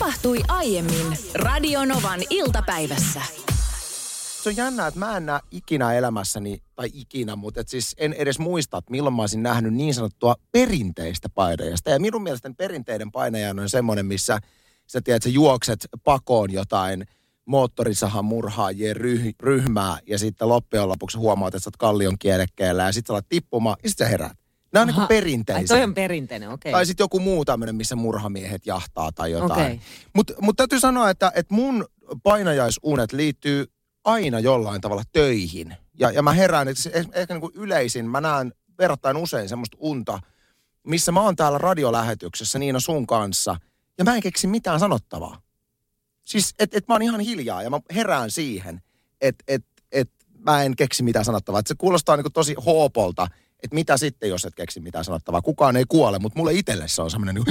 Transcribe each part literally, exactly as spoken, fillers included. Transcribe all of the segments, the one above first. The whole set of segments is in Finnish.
tapahtui aiemmin Radionovan iltapäivässä. Se on jännää, että mä en näe ikinä elämässäni, tai ikinä, mutta et siis en edes muista, että milloin mä olisin nähnyt niin sanottua perinteistä painajasta. Ja minun mielestäni perinteiden painajan on semmoinen, missä sä tiedät, sä juokset pakoon jotain moottorisahan murhaajien ryh- ryhmää, ja sitten loppujen lopuksi huomaat, että sä oot kallion kielekkeellä, ja sitten sä alat tippumaan, ja sitten sä heräät. Nämä on niin kuin perinteisiä. Ai toi on perinteinen, okei. Okay. Tai sitten joku muu tämmöinen, missä murhamiehet jahtaa tai jotain. Okay. Mutta mut täytyy sanoa, että, että mun painajaisunet liittyy aina jollain tavalla töihin. Ja, ja mä herään, että ehkä niin kuin yleisin, mä näen verrattain usein semmoista unta, missä mä oon täällä radiolähetyksessä Niina sun kanssa, ja mä en keksi mitään sanottavaa. Siis, että et mä oon ihan hiljaa, ja mä herään siihen, että et, et mä en keksi mitään sanottavaa. Et se kuulostaa niin kuin tosi hoopolta, että mitä sitten, jos et keksi mitään sanottavaa. Kukaan ei kuole, mutta mulle itselle se on semmoinen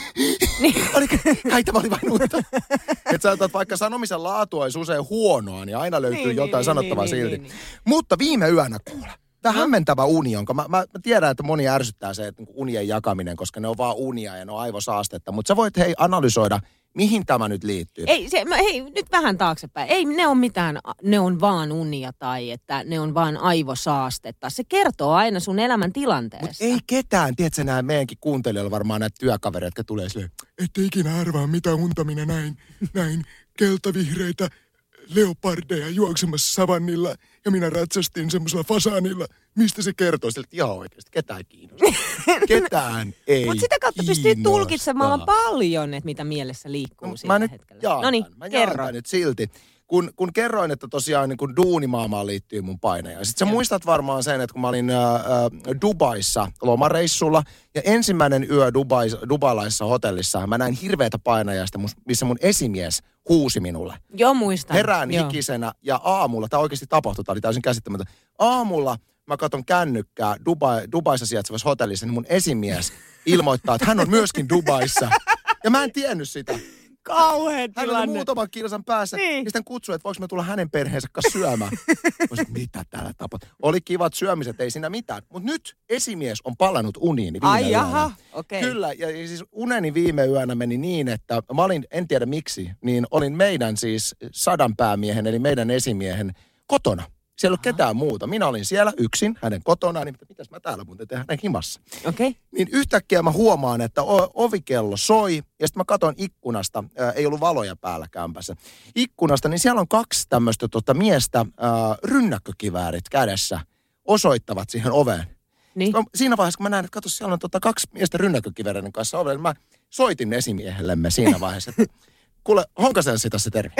niin kuin, kai tämä oli vain uutta. Että sä otat, vaikka sanomisen laatu olisi usein huonoa, niin aina löytyy niin, jotain niin, sanottavaa niin, silti. Niin, niin. Mutta viime yönä kuule. Tämä no. hämmentävä uni, jonka mä, mä tiedän, että moni ärsyttää se, että unien jakaminen, koska ne on vaan unia ja ne on aivosaastetta. Mutta sä voit hei analysoida, mihin tämä nyt liittyy. Ei, se, hei, nyt vähän taaksepäin. Ei ne on mitään, ne on vaan unia tai että ne on vaan aivosaastetta. Se kertoo aina sun elämän tilanteesta. Mutta ei ketään, tiedätkö nämä meidänkin kuuntelijoilla varmaan näitä työkavereita, jotka tulee silleen, ette ikinä arvaa mitä unta minä näin, näin keltavihreitä leopardeja juoksemassa savannilla ja minä ratsastin semmoisella fasaanilla. Mistä se kertoo? Sillä, että ihan oikeasti, ketään kiinnostaa. Ketään ei Mutta sitä kautta pystyy tulkitsemaan paljon, että mitä mielessä liikkuu no, sillä mä hetkellä. Jaan, no niin, mä kerro. nyt silti. Kun, kun kerroin, että tosiaan niin kun duunimaailmaan liittyy mun painaja. Sitten sä muistat varmaan sen, että kun mä olin ä, ä, Dubaissa lomareissulla ja ensimmäinen yö Dubais, dubailaisessa hotellissa mä näin hirveätä painajasta, missä mun esimies huusi minulle. Joo, muistan. Herään Joo. hikisenä ja aamulla, tämä oikeasti tapahtui, tämä oli täysin käsittämätöntä. Aamulla mä katson kännykkää Dubai, Dubaissa sijaitsevassa hotellissa, niin mun esimies ilmoittaa, että hän on myöskin Dubaissa. Ja mä en tiennyt sitä. Kauhean tilanne. Hän oli muutaman kilsan päässä. Niin. Ja sitten kutsui, että voiko me tulla hänen perheensä kanssa syömään. Olisin, mitä täällä tapahtuu? Oli kivat syömiset, ei siinä mitään. Mutta nyt esimies on palannut uniini viime Ai yönä. jaha, okei. Okay. Kyllä, ja, ja siis uneni viime yönä meni niin, että mä olin, en tiedä miksi, niin olin meidän siis sadan päämiehen, eli meidän esimiehen kotona. Siellä ei ollut ketään muuta. Minä olin siellä yksin hänen kotonaan, niin mitäs mä täällä muuten teen hänen himassa. Okei. Okay. Niin yhtäkkiä mä huomaan, että ovikello soi, ja sitten mä katon ikkunasta, ää, ei ollut valoja päällä kämpässä, ikkunasta, niin siellä on kaksi tämmöistä tota, miestä ää, rynnäkkökiväärit kädessä, osoittavat siihen oveen. Niin. Mä, siinä vaiheessa, kun mä näin, että katso, siellä on tota, kaksi miestä rynnäkkökiväärin kanssa oveen, niin mä soitin esimiehellemme siinä vaiheessa, että kuule, honkasen sitä se terve.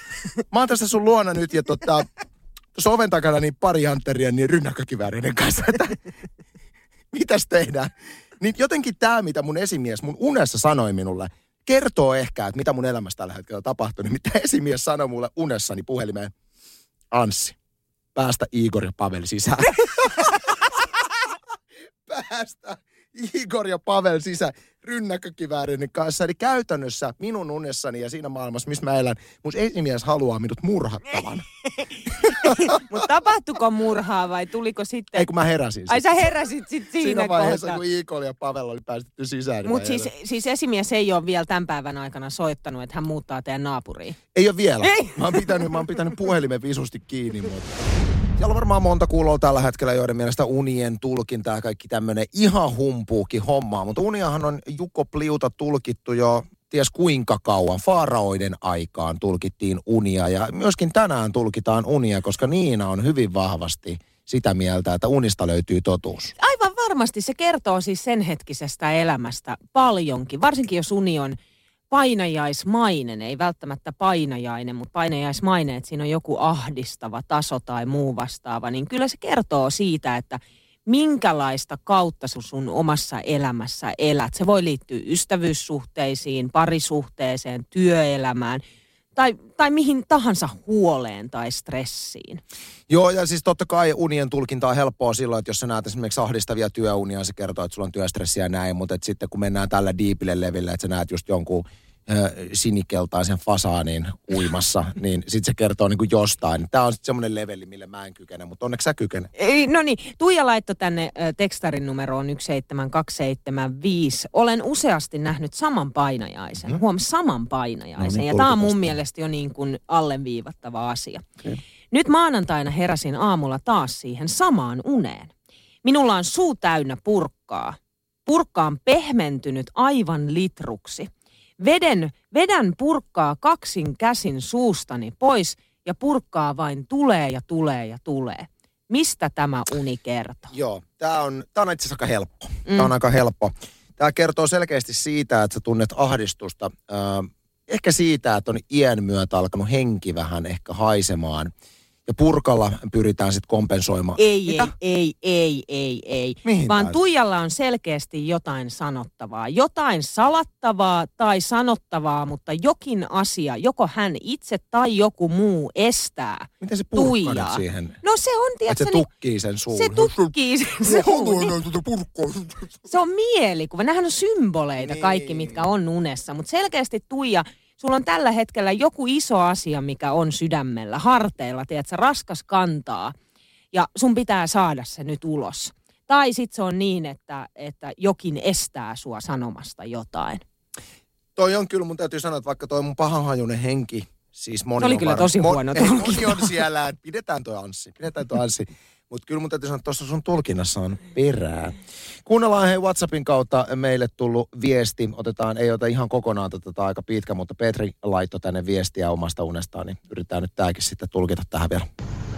Mä oon tässä sun luona nyt, ja tota... Tuossa oven takana niin pari hantteria niin rynnäkkökivääreiden kanssa, että mitäs tehdään? Niin jotenkin tämä, mitä mun esimies mun unessa sanoi minulle, kertoo ehkä, että mitä mun elämässä tällä hetkellä tapahtuu. Niin mitä esimies sanoi mulle unessani puhelimeen, Anssi, päästä Igor ja Pavel sisään. Päästä Igor ja Pavel sisään rynnäkkökiväärin kanssa. Eli käytännössä minun unessani ja siinä maailmassa, missä mä elän, mun esimies haluaa minut murhattavan. Mutta tapahtuiko murhaa vai tuliko sitten? Ei, kun mä heräsin. Ai sä heräsit sit siinä, siinä vaiheessa, kohta. kun Igor ja Pavel oli päästetty sisään. Niin Mutta siis, siis esimies ei ole vielä tämän päivän aikana soittanut, että hän muuttaa teidän naapuriin. Ei ole vielä. Ei. Mä oon pitänyt, mä oon pitänyt puhelimen visusti kiinni, mutta... Siellä on varmaan monta kuuloa tällä hetkellä, joiden mielestä unien tulkinta ja kaikki tämmöinen ihan humpuukin hommaa. Mutta uniahan on Jukko Pliuta tulkittu jo ties kuinka kauan. Faaraoiden aikaan tulkittiin unia ja myöskin tänään tulkitaan unia, koska Niina on hyvin vahvasti sitä mieltä, että unista löytyy totuus. Aivan varmasti se kertoo siis sen hetkisestä elämästä paljonkin, varsinkin jos uni on painajaismainen, ei välttämättä painajainen, mutta painajaismainen, että siinä on joku ahdistava taso tai muu vastaava, niin kyllä se kertoo siitä, että minkälaista kautta sun omassa elämässä elät. Se voi liittyä ystävyyssuhteisiin, parisuhteeseen, työelämään tai, tai mihin tahansa huoleen tai stressiin. Joo, ja siis totta kai unien tulkinta on helppoa silloin, että jos sä näet esimerkiksi ahdistavia työunia, se kertoo, että sulla on työstressiä ja näin, mutta sitten kun mennään tällä diipille leville, että sä näet just jonkun sinikeltaisen fasaanin uimassa, niin sitten se kertoo niin kuin jostain. Tämä on sitten semmoinen leveli, mille mä en kykene, mutta onneksi sä kykene. Ei, no niin, Tuija laittoi tänne tekstarin numeroon yksi seitsemän kaksi seitsemän viisi. Olen useasti nähnyt saman painajaisen. Hmm. Huom, saman painajaisen. No niin, ja tämä on mun mielestä jo niin kuin alleviivattava asia. Okay. Nyt maanantaina heräsin aamulla taas siihen samaan uneen. Minulla on suu täynnä purkkaa. Purkka on pehmentynyt aivan litruksi. Veden, vedän purkkaa kaksin käsin suustani pois ja purkkaa vain tulee ja tulee ja tulee. Mistä tämä uni kertoo? Joo, tämä on, tää on itse asiassa aika helppo. Mm. Tämä on aika helppo. Tämä kertoo selkeästi siitä, että sä tunnet ahdistusta. Äh, ehkä siitä, että on iän myötä alkanut henki vähän ehkä haisemaan. Ja purkalla pyritään sitten kompensoimaan. Ei, Mitä? ei, ei, ei, ei, ei. Mihin Vaan taas? Tuijalla on selkeästi jotain sanottavaa. Jotain salattavaa tai sanottavaa, mutta jokin asia, joko hän itse tai joku muu estää Miten se purkka Tuijaa. nyt siihen? No se on, tiedätkö, se tukkii sen suun. Se tukkii sen suun. Tuota Se on mielikuva. Nämähän on symboleita niin. kaikki, mitkä on unessa. Mutta selkeästi Tuija, sulla on tällä hetkellä joku iso asia, mikä on sydämellä, harteilla, tiedätkö, raskas kantaa. Ja sun pitää saada se nyt ulos. Tai sit se on niin, että, että jokin estää sua sanomasta jotain. Toi on kyllä, mun täytyy sanoa, että vaikka toi mun pahanhajuinen henki, siis moni Se oli on kyllä var... tosi huono Mo- tulkinta. Moni on siellä, että pidetään toi Anssi, pidetään toi Anssi. Mutta kyllä mun täytyy sanoa, että tuossa sun tulkinnassa on perää. Kuunnellaan hei WhatsAppin kautta meille tullut viesti. Otetaan, ei ota ihan kokonaan tätä aika pitkä, mutta Petri laittoi tänne viestiä omasta unestaan, niin yritetään nyt tääkin sitten tulkita tähän vielä.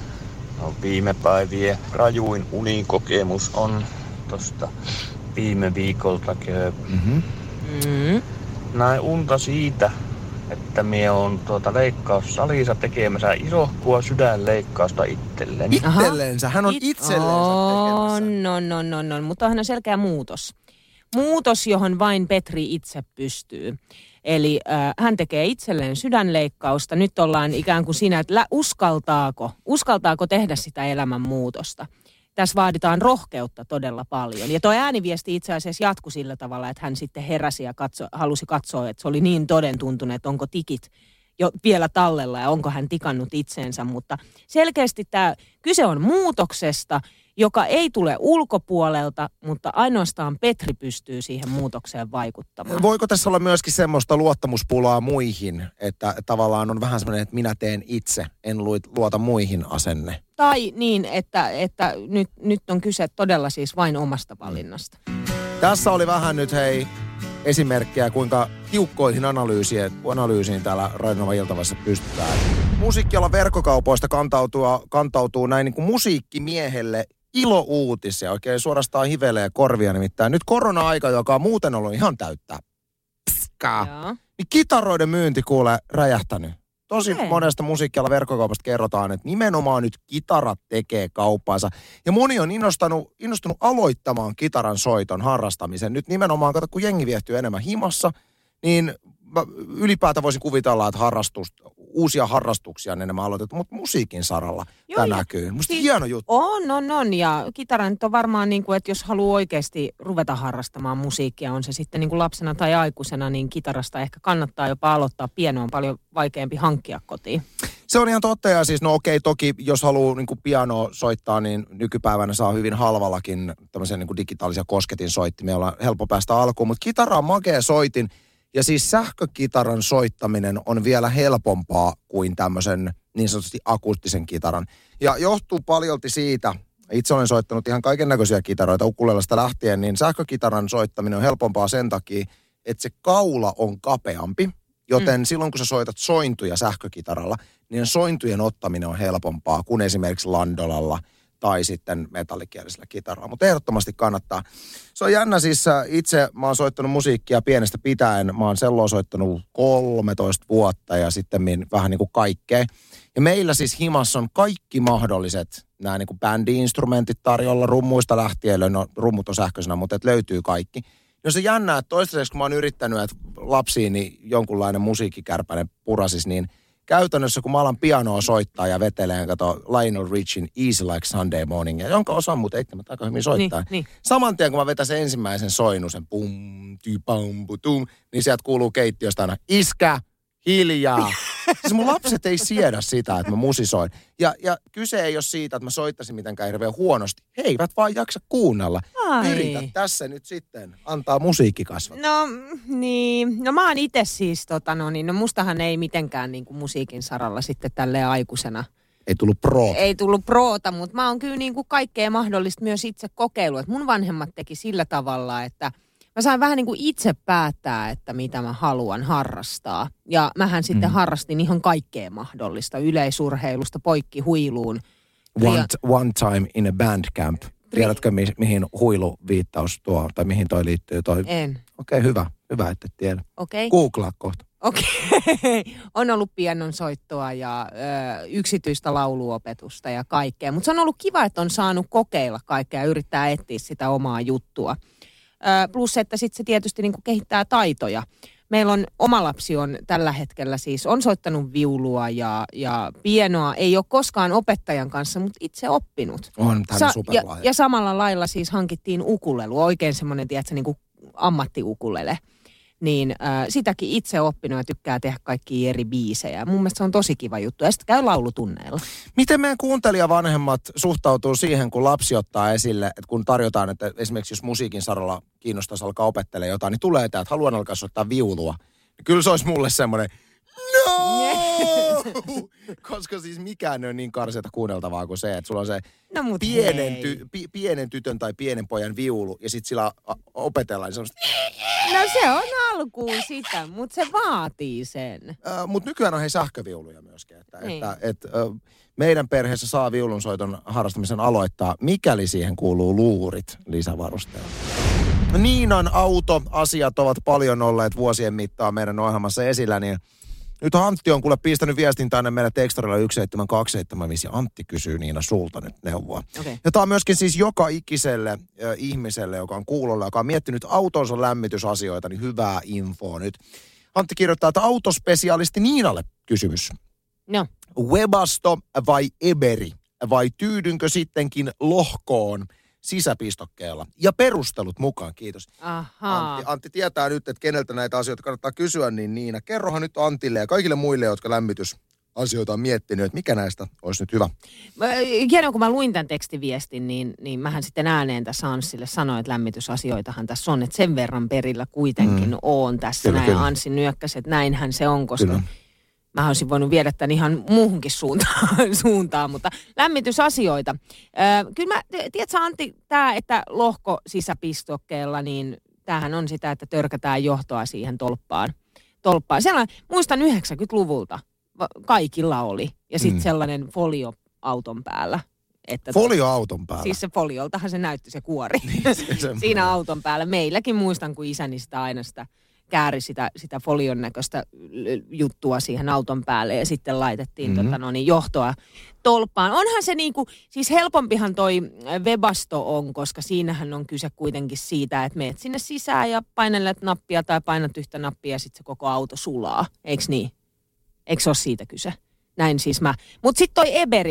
No, viime päivien rajuin unikokemus on tosta viime viikolta. Mm-hmm. Mm. Näin unta siitä, että mie on tuota leikkaussalissa tekemässä isohkua sydänleikkausta itselleni. Itsellensä? Hän on It- itsellensä oh, tekemässä. no, no, no, no, mutta hän on selkeä muutos. Muutos, johon vain Petri itse pystyy. Eli äh, hän tekee itselleen sydänleikkausta. Nyt ollaan ikään kuin siinä, että lä- uskaltaako, uskaltaako tehdä sitä elämänmuutosta. Tässä vaaditaan rohkeutta todella paljon. Ja tuo ääniviesti itse asiassa jatkui sillä tavalla, että hän sitten heräsi ja katso, halusi katsoa, että se oli niin toden tuntunut, että onko tikit jo vielä tallella ja onko hän tikannut itseensä. Mutta selkeästi tämä kyse on muutoksesta, joka ei tule ulkopuolelta, mutta ainoastaan Petri pystyy siihen muutokseen vaikuttamaan. Voiko tässä olla myöskin semmoista luottamuspulaa muihin, että tavallaan on vähän semmoinen, että minä teen itse, en luota muihin asenne? Tai niin, että, että nyt, nyt on kyse todella siis vain omasta valinnasta. Tässä oli vähän nyt hei esimerkkejä, kuinka tiukkoihin analyysiin, analyysiin täällä Radio Novan iltavassa pystytään. Musiikkialan verkkokaupoista kantautuu, kantautuu näin niin kuin musiikkimiehelle ilouutisia. Oikein suorastaan hivelee korvia nimittäin. Nyt korona-aika, joka on muuten ollut ihan täyttä pskaa, niin kitaroiden myynti kuulee räjähtänyt. Tosi okay. Monesta musiikkialan verkkokaupasta kerrotaan, että nimenomaan nyt kitarat tekee kauppaansa. Ja moni on innostunut, innostunut aloittamaan kitaran soiton harrastamisen. Nyt nimenomaan, kato, kun jengi viehtyy enemmän himassa, niin ylipäätään voisin kuvitella, että harrastus, uusia harrastuksia on enemmän aloitettu, mutta musiikin saralla tämä näkyy. Musta si- hieno juttu. On, on, on. Ja kitara nyt on varmaan niin kuin, että jos haluaa oikeasti ruveta harrastamaan musiikkia, on se sitten niin kuin lapsena tai aikuisena, niin kitarasta ehkä kannattaa jopa aloittaa. Pieno on paljon vaikeampi hankkia kotiin. Se on ihan totta, ja siis no okei, toki jos haluaa niin kuin pianoa soittaa, niin nykypäivänä saa hyvin halvallakin tämmöisiä niin kuin digitaalisia kosketin soittimia, joilla on helppo päästä alkuun, mutta kitara on makea soitin. Ja siis sähkökitaran soittaminen on vielä helpompaa kuin tämmöisen niin sanotusti akustisen kitaran. Ja johtuu paljolti siitä, itse olen soittanut ihan kaiken näköisiä kitaroita ukulelesta lähtien, niin sähkökitaran soittaminen on helpompaa sen takia, että se kaula on kapeampi. Joten mm. silloin kun sä soitat sointuja sähkökitaralla, niin sointujen ottaminen on helpompaa kuin esimerkiksi landolalla tai sitten metallikielisellä kitaralla. Mutta ehdottomasti kannattaa. Se on jännä siis, itse mä oon soittanut musiikkia pienestä pitäen. Mä oon selloa soittanut kolmetoista vuotta ja sitten vähän niin kuin kaikkea. Ja meillä siis himassa on kaikki mahdolliset nämä niin kuin bändi-instrumentit tarjolla rummuista lähtien. No rummut on sähköisenä, mutta et löytyy kaikki. No se jännää, että toistaiseksi kun mä oon yrittänyt, että lapsiini jonkunlainen musiikkikärpäinen purasis, niin käytännössä kun mä alan pianoa soittaa ja veteleen, kato Lionel Richin Easy Like Sunday Morning, ja jonka osaan muuten eittämättä aika hyvin soittaa. Niin, niin. Saman tien kun mä vetän sen ensimmäisen soinun, sen pum, ty, pam, tum, niin sieltä kuuluu keittiöstä aina, iskä, hiljaa. Siis mun lapset ei siedä sitä, että mä musisoin. Ja, ja kyse ei ole siitä, että mä soittaisin mitenkään hirveän huonosti. He eivät vaan jaksa kuunnella. Ai. Yritä tässä nyt sitten antaa musiikki kasvaa. No niin, no mä oon itse siis tota no niin, no mustahan ei mitenkään niin kuin musiikin saralla sitten tälleen aikuisena. Ei tullut pro. Ei tullut proota, mutta mä oon kyllä niin kuin kaikkea mahdollista myös itse kokeillut. Mun vanhemmat teki sillä tavalla, että mä sain vähän niin kuin itse päättää, että mitä mä haluan harrastaa. Ja mähän sitten mm. harrastin ihan kaikkea mahdollista. Yleisurheilusta poikki huiluun. One, t- one time in a band camp. Tiedätkö, mi- mihin huiluviittaus tuo, tai mihin toi liittyy? Toi? En. Okei, okay, hyvä. Hyvä, että tiedä. Okei. Okay. Googlaa kohta. Okei. Okay. On ollut pianon soittoa ja ö, yksityistä lauluopetusta ja kaikkea. Mutta se on ollut kiva, että on saanut kokeilla kaikkea ja yrittää etsiä sitä omaa juttua. Ö, plus, että sitten se tietysti niinku kehittää taitoja. Meillä on, oma lapsi on tällä hetkellä siis, on soittanut viulua ja, ja pienoa. Ei ole koskaan opettajan kanssa, mutta itse oppinut. On tämä Sa- superlahja. ja, ja samalla lailla siis hankittiin ukulelu, oikein semmoinen, tiedätkö, niin kuin ammattiukulele. Niin äh, sitäkin itse oppinut ja tykkää tehdä kaikkia eri biisejä. Mun mielestä se on tosi kiva juttu. Ja sitten käy laulutunneilla. Miten meidän kuuntelijavanhemmat suhtautuu siihen, kun lapsi ottaa esille, että kun tarjotaan, että esimerkiksi jos musiikin saralla kiinnostaisi alkaa opettelemaan jotain, niin tulee tämä, että haluan alkaa soittaa viulua. Niin kyllä se olisi mulle semmoinen, no! Koska siis mikään ei ole niin karseata kuunneltavaa kuin se, että sulla on se no, pienen, ty, pi, pienen tytön tai pienen pojan viulu ja sitten sillä opetellaan semmoista. No se on alkuun sitä, mutta se vaatii sen. Äh, mutta nykyään on hei sähköviuluja myöskin. Että, niin. että, että, äh, meidän perheessä saa viulunsoiton harrastamisen aloittaa, mikäli siihen kuuluu luurit lisävarusteella. Niinan autoasiat ovat paljon olleet vuosien mittaan meidän ohjelmassa esillä, niin nyt Antti on kuule pistänyt viestin tänne meidän tekstarilla yksi seitsemän kaksi seitsemän viisi ja Antti kysyy Niina sulta nyt neuvoa. Okay. Ja tämä on myöskin siis joka ikiselle äh, ihmiselle, joka on kuulolla, joka on miettinyt autonsa lämmitysasioita, niin hyvää infoa nyt. Antti kirjoittaa, että autospesialisti Niinalle kysymys. No. Webasto vai Eberi vai tyydynkö sittenkin lohkoon sisäpistokkeella? Ja perustelut mukaan, kiitos. Ahaa. Antti, Antti tietää nyt, että keneltä näitä asioita kannattaa kysyä, niin Niina, kerrohan nyt Antille ja kaikille muille, jotka lämmitysasioita on miettinyt, että mikä näistä olisi nyt hyvä. Hienoa, kun mä luin tämän tekstiviestin, niin, niin mähän sitten ääneen tässä Anssille sanoin, että lämmitysasioitahan tässä on, että sen verran perillä kuitenkin mm. on tässä kyllä, näin. kyllä. Anssi nyökkäsi, että näinhän se on, koska kyllä. Mä olisin voinut viedä tämän ihan muuhunkin suuntaan, suuntaan mutta lämmitysasioita. Öö, kyllä mä, tiedätkö Antti, tämä, että lohko sisäpistokkeella, niin tämähän on sitä, että törkätään johtoa siihen tolppaan. tolppaan. Sellainen, muistan yhdeksänkymmentäluvulta, kaikilla oli. Ja sitten mm. sellainen folio auton päällä. Että folio auton päällä? Siis se folioltahan se näytti se kuori. Niin, se siinä auton päällä. Meilläkin muistan, kun isäni sitä aina sitä kääri sitä, sitä folion näköistä juttua siihen auton päälle ja sitten laitettiin mm-hmm. tota, no niin, johtoa tolppaan. Onhan se niinku, siis helpompihan toi Webasto on, koska siinähän on kyse kuitenkin siitä, että meet sinne sisään ja painelet nappia tai painat yhtä nappia ja sitten se koko auto sulaa. Eiks niin? Eiks se ole siitä kyse? Näin siis mä. Mut sit toi Eberi.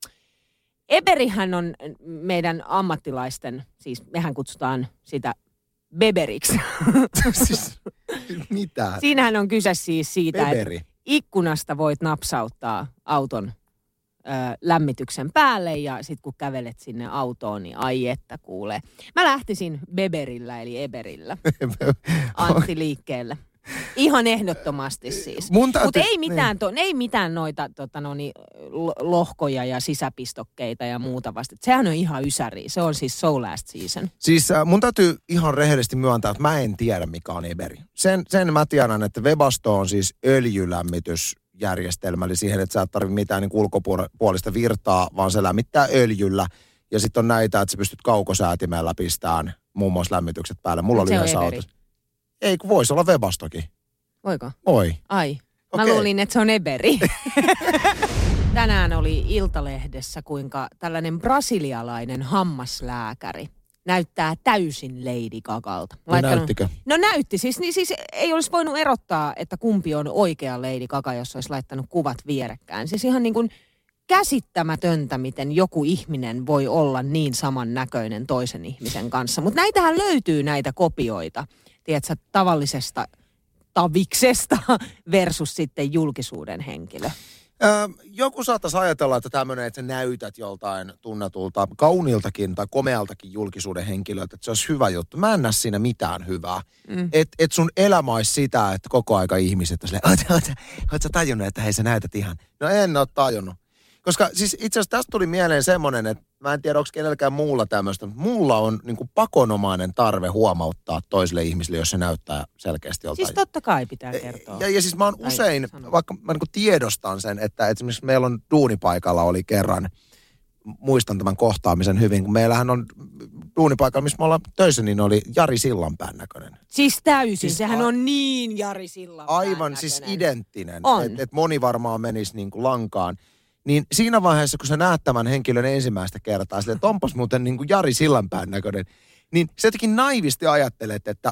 Eberihän on meidän ammattilaisten, siis mehän kutsutaan sitä beberiksi. Siis, mitä? Siinähän on kyse siis siitä, Beberi. että ikkunasta voit napsauttaa auton ö, lämmityksen päälle ja sitten kun kävelet sinne autoon, niin ai että kuulee. Mä lähtisin beberillä eli eberillä Antti liikkeelle. Ihan ehdottomasti siis. Mutta ei mitään, niin. to, ei mitään noita tota, no niin, lohkoja ja sisäpistokkeita ja muuta vasta. Sehän on ihan ysäri. Se on siis so last season. Siis äh, mun täytyy ihan rehellisesti myöntää, että mä en tiedä mikä on Eberi. Sen, sen mä tiedän, että Webasto on siis öljylämmitysjärjestelmä. Eli siihen, että sä et tarvitse mitään niin ulkopuolista virtaa, vaan se lämmittää öljyllä. Ja sitten on näitä, että sä pystyt kaukosäätimellä pistämään muun muassa lämmitykset päälle. Mulla oli yhdessä autossa. Ei, kun voisi olla Webastokin. Voiko? Voi. Ai. Mä Okei. luulin, että se on Eberi. Tänään oli Iltalehdessä, kuinka tällainen brasilialainen hammaslääkäri. näyttää täysin Lady Gagalta. No näyttikö? No näytti. Siis, niin, siis ei olisi voinut erottaa, että kumpi on oikea Lady Gaga, jos olisi laittanut kuvat vierekkäin. Siis ihan niin kuin käsittämätöntä, miten joku ihminen voi olla niin samannäköinen toisen ihmisen kanssa. Mutta näitähän löytyy näitä kopioita, tiedätkö, tavallisesta taviksesta versus sitten julkisuuden henkilö. Öö, joku saattaisi ajatella, että tämmöinen, että sä näytät joltain tunnetulta, kauniiltakin tai komealtakin julkisuuden henkilöltä, että se olisi hyvä juttu. Mä en näe siinä mitään hyvää. Mm. Että et sun elämä olisi sitä, että koko aika ihmiset on silleen, oot, oot, oot sä tajunnut, että hei sä näytät ihan. No en ole tajunnut. Koska siis itse asiassa tästä tuli mieleen semmoinen, että mä en tiedä, onko kenelläkään muulla tämmöistä, mutta mulla on niin kuin pakonomainen tarve huomauttaa toiselle ihmiselle, jos se näyttää selkeästi joltain. Siis totta kai pitää kertoa. Ja, ja siis mä oon usein, sanoa. vaikka mä niin kuin tiedostan sen, että esimerkiksi meillä on duunipaikalla oli kerran, muistan tämän kohtaamisen hyvin, kun meillähän on duunipaikalla, missä me ollaan töissä, niin oli Jari Sillanpään näköinen. Siis täysin, siis sehän a- on niin Jari Sillanpään Aivan näköinen. siis identtinen, että et moni varmaan menisi niin kuin lankaan. Niin siinä vaiheessa, kun sä näet tämän henkilön ensimmäistä kertaa, silleen, että onpas muuten niin kuin Jari Sillanpään näköinen, niin sä jotenkin naivisti ajattelet, että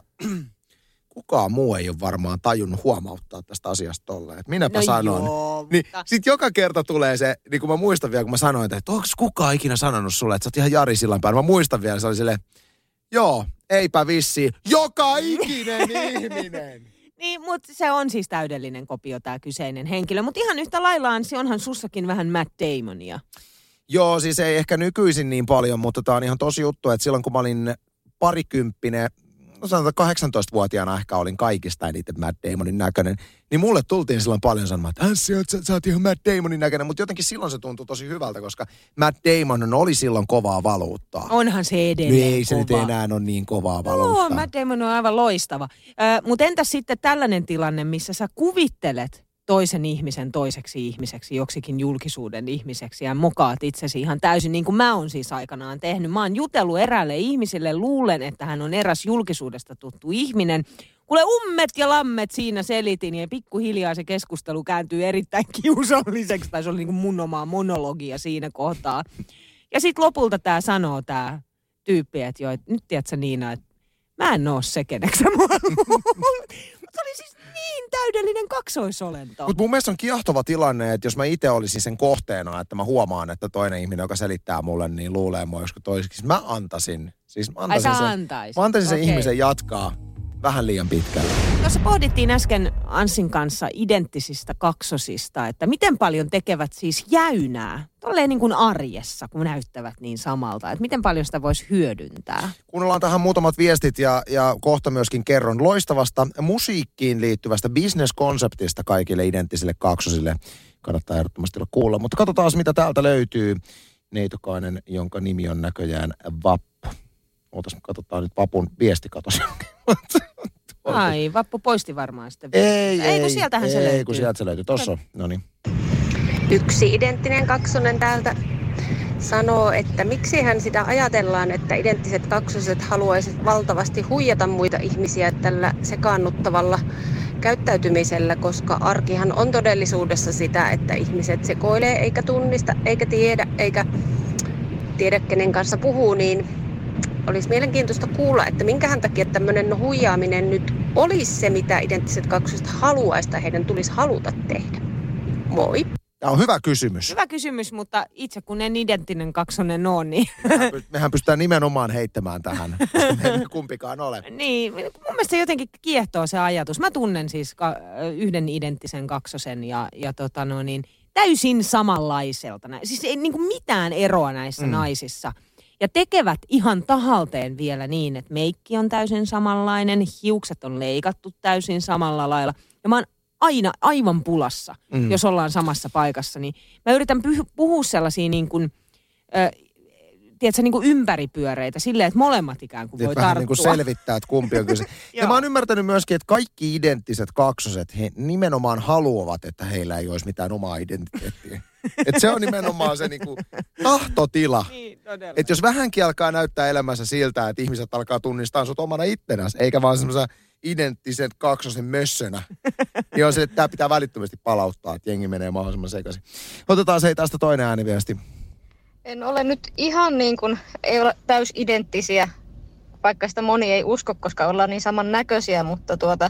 kukaan muu ei ole varmaan tajunnut huomauttaa tästä asiasta tolleen. Että minäpä no sanon. Joo, niin mutta... sit joka kerta tulee se, niin kuin mä muistan vielä, kun mä sanoin, että onko kukaan ikinä sanonut sulle, että sä oot ihan Jari Sillanpään. Mä muistan vielä, se oli silleen, joo, eipä vissiin, joka ikinen ihminen. Niin, mutta se on siis täydellinen kopio tämä kyseinen henkilö. Mutta ihan yhtä laillaan, se onhan sussakin vähän Matt Damonia. Joo, siis ei ehkä nykyisin niin paljon, mutta tämä on ihan tosi juttu, että silloin kun mä olin parikymppinen, no sanotaan kahdeksantoistavuotiaana ehkä olin kaikista eniten Matt Damonin näköinen, niin mulle tultiin silloin paljon sanomaan, että Anssi, sä, sä oot ihan Matt Damonin näköinen, mutta jotenkin silloin se tuntui tosi hyvältä, koska Matt Damon oli silloin kovaa valuuttaa. Onhan se edelleen Ei se kova. nyt enää ole niin kovaa valuuttaa. No, Matt Damon on aivan loistava. Ö, mutta entäs sitten tällainen tilanne, missä sä kuvittelet toisen ihmisen toiseksi ihmiseksi, joksikin julkisuuden ihmiseksi ja mokaat itsesi ihan täysin, niin kuin mä oon siis aikanaan tehnyt. Mä oon jutellut eräälle ihmiselle, luulen, että hän on eräs julkisuudesta tuttu ihminen. Kuule ummet ja lammet siinä selitin ja pikkuhiljaa se keskustelu kääntyy erittäin kiusalliseksi, tai se oli niin kuin mun omaa monologia siinä kohtaa. Ja sitten lopulta tää sanoo tää tyyppi, että joo, nyt tiedätkö Niina, että mä en oo se, keneksi sä mua luulet. Se oli siis niin täydellinen kaksoisolento. Mutta mun mielestä on kiehtova tilanne, että jos mä itse olisin sen kohteena, että mä huomaan, että toinen ihminen, joka selittää mulle, niin luulee mua joskus toiseksi. Mä antaisin. Siis mä antaisin, Ai sä sen, antaisit. mä antaisin sen Okei. ihmisen jatkaa vähän liian pitkälle. Tuossa pohdittiin äsken Anssin kanssa identtisistä kaksosista, että miten paljon tekevät siis jäynää, tolleen niin kuin arjessa, kun näyttävät niin samalta. Että miten paljon sitä voisi hyödyntää. Kuunnellaan tähän muutamat viestit ja, ja kohta myöskin kerron loistavasta musiikkiin liittyvästä business-konseptista kaikille identtisille kaksosille. Kannattaa ehdottomasti olla kuulla, mutta katsotaan mitä täältä löytyy. Neitokainen, jonka nimi on näköjään Vappu. Ootas, katsotaan nyt Vapun viestikatos. Ai, Vappu poisti varmaan sitten. Ei, ei, ei, kun sieltähän ei, se löytyy. Ei, kun sieltä se löytyy. Tossa on, no niin. Yksi identtinen kaksonen täältä sanoo, että miksi hän sitä ajatellaan, että identtiset kaksoset haluaisivat valtavasti huijata muita ihmisiä tällä sekaannuttavalla käyttäytymisellä, koska arkihan on todellisuudessa sitä, että ihmiset sekoilee eikä tunnista, eikä tiedä, eikä tiedä kenen kanssa puhuu, niin olisi mielenkiintoista kuulla, että minkähän takia tämmöinen huijaaminen nyt olisi se, mitä identtiset kaksoset haluaisi tai heidän tulisi haluta tehdä. Moi! Tämä on hyvä kysymys. Hyvä kysymys, mutta itse kun en identtinen kaksonen ole, niin... Mehän, py- mehän pystytään nimenomaan heittämään tähän, koska me ei kumpikaan ole. Niin, mun mielestä se jotenkin kiehtoo se ajatus. Mä tunnen siis ka- yhden identtisen kaksosen ja, ja tota no niin, täysin samanlaiselta. Siis ei niin kuin mitään eroa näissä mm. naisissa. Ja tekevät ihan tahalteen vielä niin, että meikki on täysin samanlainen, hiukset on leikattu täysin samalla lailla. Ja mä oon aina aivan pulassa, mm. jos ollaan samassa paikassa. Niin mä yritän py- puhua sellaisia niin kuin, äh, tiedätkö, niin kuin ympäripyöreitä silleen, että molemmat ikään kuin voi vähän tarttua. niin kuin selvittää, että kumpi on kyse. Ja mä oon ymmärtänyt myöskin, että kaikki identtiset kaksoset, he nimenomaan haluavat, että heillä ei olisi mitään omaa identiteettiä. Että se on nimenomaan se niinku tahtotila. Niin, todella. Että jos vähänkin alkaa näyttää elämässä siltä, että ihmiset alkaa tunnistaa sut omana ittenäs, eikä vaan semmoisen identtisen kaksosen mössönä, niin on se, että tämä pitää välittömästi palauttaa, että jengi menee mahdollisimman sekaisin. Otetaan se tästä toinen ääniviesti. En ole nyt ihan niin kuin, ei ole täysidenttisiä vaikka sitä moni ei usko, koska ollaan niin samannäköisiä, mutta tuota,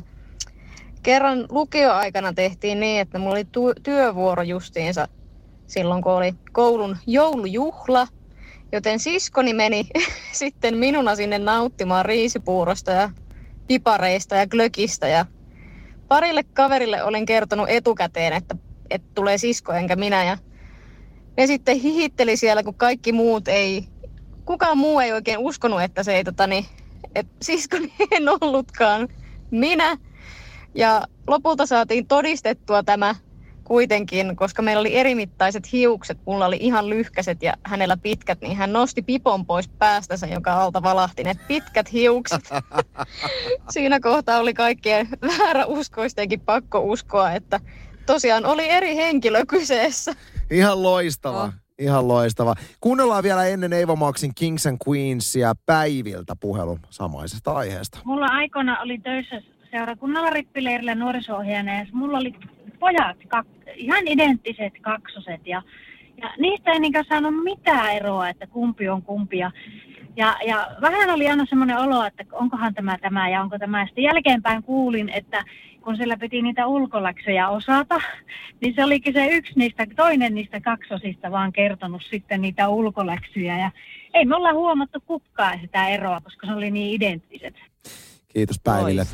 kerran lukioaikana tehtiin niin, että mulla oli tu- työvuoro justiinsa silloin, kun oli koulun joulujuhla, joten siskoni meni sitten minuna sinne nauttimaan riisipuurosta ja pipareista ja glökistä ja parille kaverille olin kertonut etukäteen, että, että tulee sisko enkä minä ja ne sitten hihitteli siellä, kun kaikki muut ei, kukaan muu ei oikein uskonut, että se ei totani, että siskoni en ollutkaan minä. Ja lopulta saatiin todistettua tämä kuitenkin, koska meillä oli erimittaiset hiukset, mulla oli ihan lyhkäiset ja hänellä pitkät, niin hän nosti pipon pois päästänsä, joka alta valahti ne pitkät hiukset. Siinä kohtaa oli kaikkien vääräuskoistenkin pakko uskoa, että tosiaan oli eri henkilö kyseessä. Ihan loistava. Oh. Ihan loistava. Kuunnellaan vielä ennen Eeva Maxin Kings and Queensia Päiviltä puhelu samaisesta aiheesta. Mulla aikoina oli töissä seurakunnalla rippileirillä nuoriso-ohjaajana ja mulla oli pojat, kak, ihan identtiset kaksoset ja, ja niistä ei niinkään saanut mitään eroa, että kumpi on kumpi. Ja, ja, ja vähän oli aina semmoinen olo, että onkohan tämä tämä ja onko tämä. Ja sitten jälkeenpäin kuulin, että kun sillä piti niitä ulkoläksyjä osata, niin se olikin se yksi niistä, toinen niistä kaksosista vaan kertonut sitten niitä ulkoläksyjä. Ja ei me ollaan huomattu kukaan sitä eroa, koska se oli niin identtiset. Kiitos Päiville.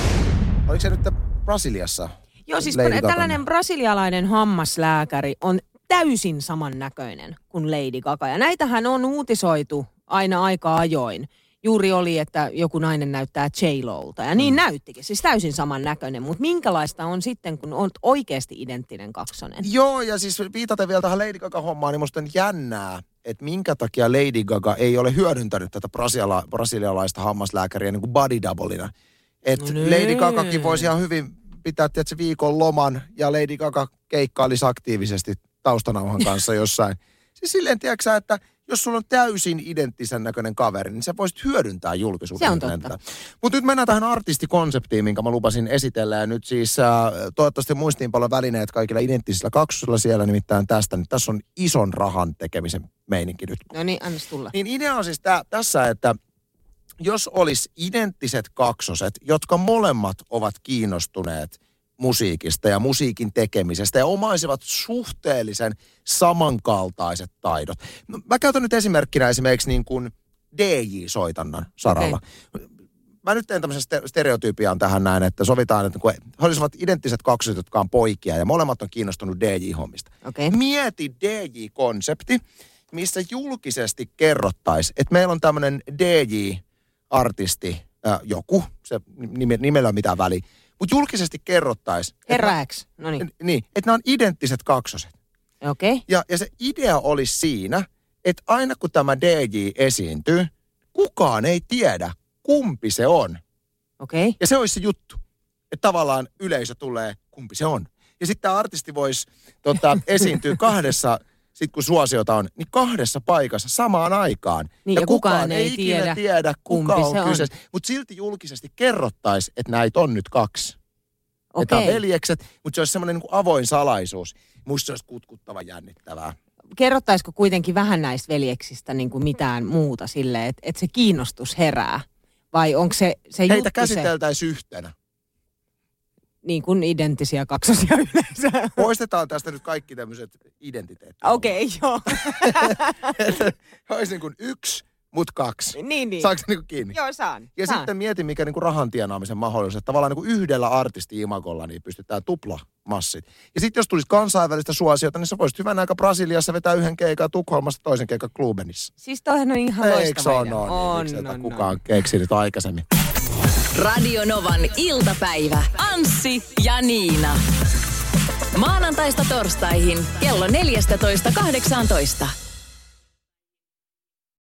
Oliko se nyt Brasiliassa? Joo, siis Lady kun Gaga. tällainen brasilialainen hammaslääkäri on täysin samannäköinen kuin Lady Gaga. Ja näitähän on uutisoitu aina aika ajoin. Juuri oli, että joku nainen näyttää J-Lolta. Ja niin mm. näyttikin, siis täysin samannäköinen. Mutta minkälaista on sitten, kun on oikeasti identtinen kaksonen? Joo, ja siis viitaten vielä tähän Lady Gaga-hommaan, niin musta on jännää, että minkä takia Lady Gaga ei ole hyödyntänyt tätä brasilia- brasilialaista hammaslääkäriä niin kuin body doubleina. Että No Lady Gagakin voisi ihan hyvin pitää tietysti, viikon loman, ja Lady Gaga keikkailisi aktiivisesti taustanauhan kanssa jossain. Siis silleen, tiedätkö että jos sulla on täysin identtisen näköinen kaveri, niin sä voisit hyödyntää julkisuuden. Se on totta. Mutta nyt mennään tähän artistikonseptiin, minkä mä lupasin esitellä. Ja nyt siis äh, toivottavasti muistiinpalon välineet kaikilla identtisillä kaksosilla siellä, nimittäin tästä. Nyt tässä on ison rahan tekemisen meininki nyt. No niin, annas tulla. Niin idea on siis tää, tässä, että jos olisi identtiset kaksoset, jotka molemmat ovat kiinnostuneet musiikista ja musiikin tekemisestä ja omaisivat suhteellisen samankaltaiset taidot. No, mä käytän nyt esimerkkinä esimerkiksi niin kuin D J-soitannan saralla. Okay. Mä nyt teen tämmöisen stereotypian tähän näin, että sovitaan, että kun he olisivat identtiset kaksoset, jotka on poikia ja molemmat on kiinnostunut D J-hommista. Okay. Mieti D J-konsepti, missä julkisesti kerrottaisiin, että meillä on tämmöinen D J-artisti, äh, joku, se nimellä on mitään väliä, mutta julkisesti kerrottaisiin. Herra X, no niin. Niin, että nämä on identtiset kaksoset. Okei. Okay. Ja, ja se idea olisi siinä, että aina kun tämä D J esiintyy, kukaan ei tiedä, kumpi se on. Okei. Okay. Ja se olisi se juttu, että tavallaan yleisö tulee, kumpi se on. Ja sitten tämä artisti voisi tota, esiintyä kahdessa, sit kun suosiota on, niin kahdessa paikassa samaan aikaan. Niin, ja, ja kukaan, kukaan ei ikinä tiedä, tiedä kuka kumpi on se on. kyseessä. Mutta silti julkisesti kerrottaisiin, että näitä on nyt kaksi. Okei. Että on veljekset, mutta se olisi semmoinen niin avoin salaisuus. Musta se olisi kutkuttavan jännittävää. Kerrottaisiko kuitenkin vähän näistä veljeksistä niin kuin mitään muuta silleen, että, että se kiinnostus herää? Vai onko se, se Heitä juttu käsiteltäisiin yhtenä. niin kuin identtisiä kaksosia yleensä? Poistetaan tästä nyt kaikki tämmöiset identiteetit. Okei, okay, joo. Olisi niin kuin yksi, mut kaksi. niin, niin. Saanko niin kuin kiinni? Joo, saan. Ja saan. sitten mieti, mikä niin kuin rahan tienaamisen mahdollisuus. Että tavallaan niin kuin yhdellä artisti-imagolla niin pystytään tuplamassit. Ja sitten jos tulisi kansainvälistä suosiota, niin sä voisit hyvän aika Brasiliassa vetää yhden keikan Tukholmassa, toisen keikan Klubenissa. Siis toihan on ihan Eikö loistava on, idea. on, on, niin, on, kukaan on. keksinyt aikaisemmin. Radio Novan iltapäivä. Anssi ja Niina. Maanantaista torstaihin kello neljätoista kahdeksantoista.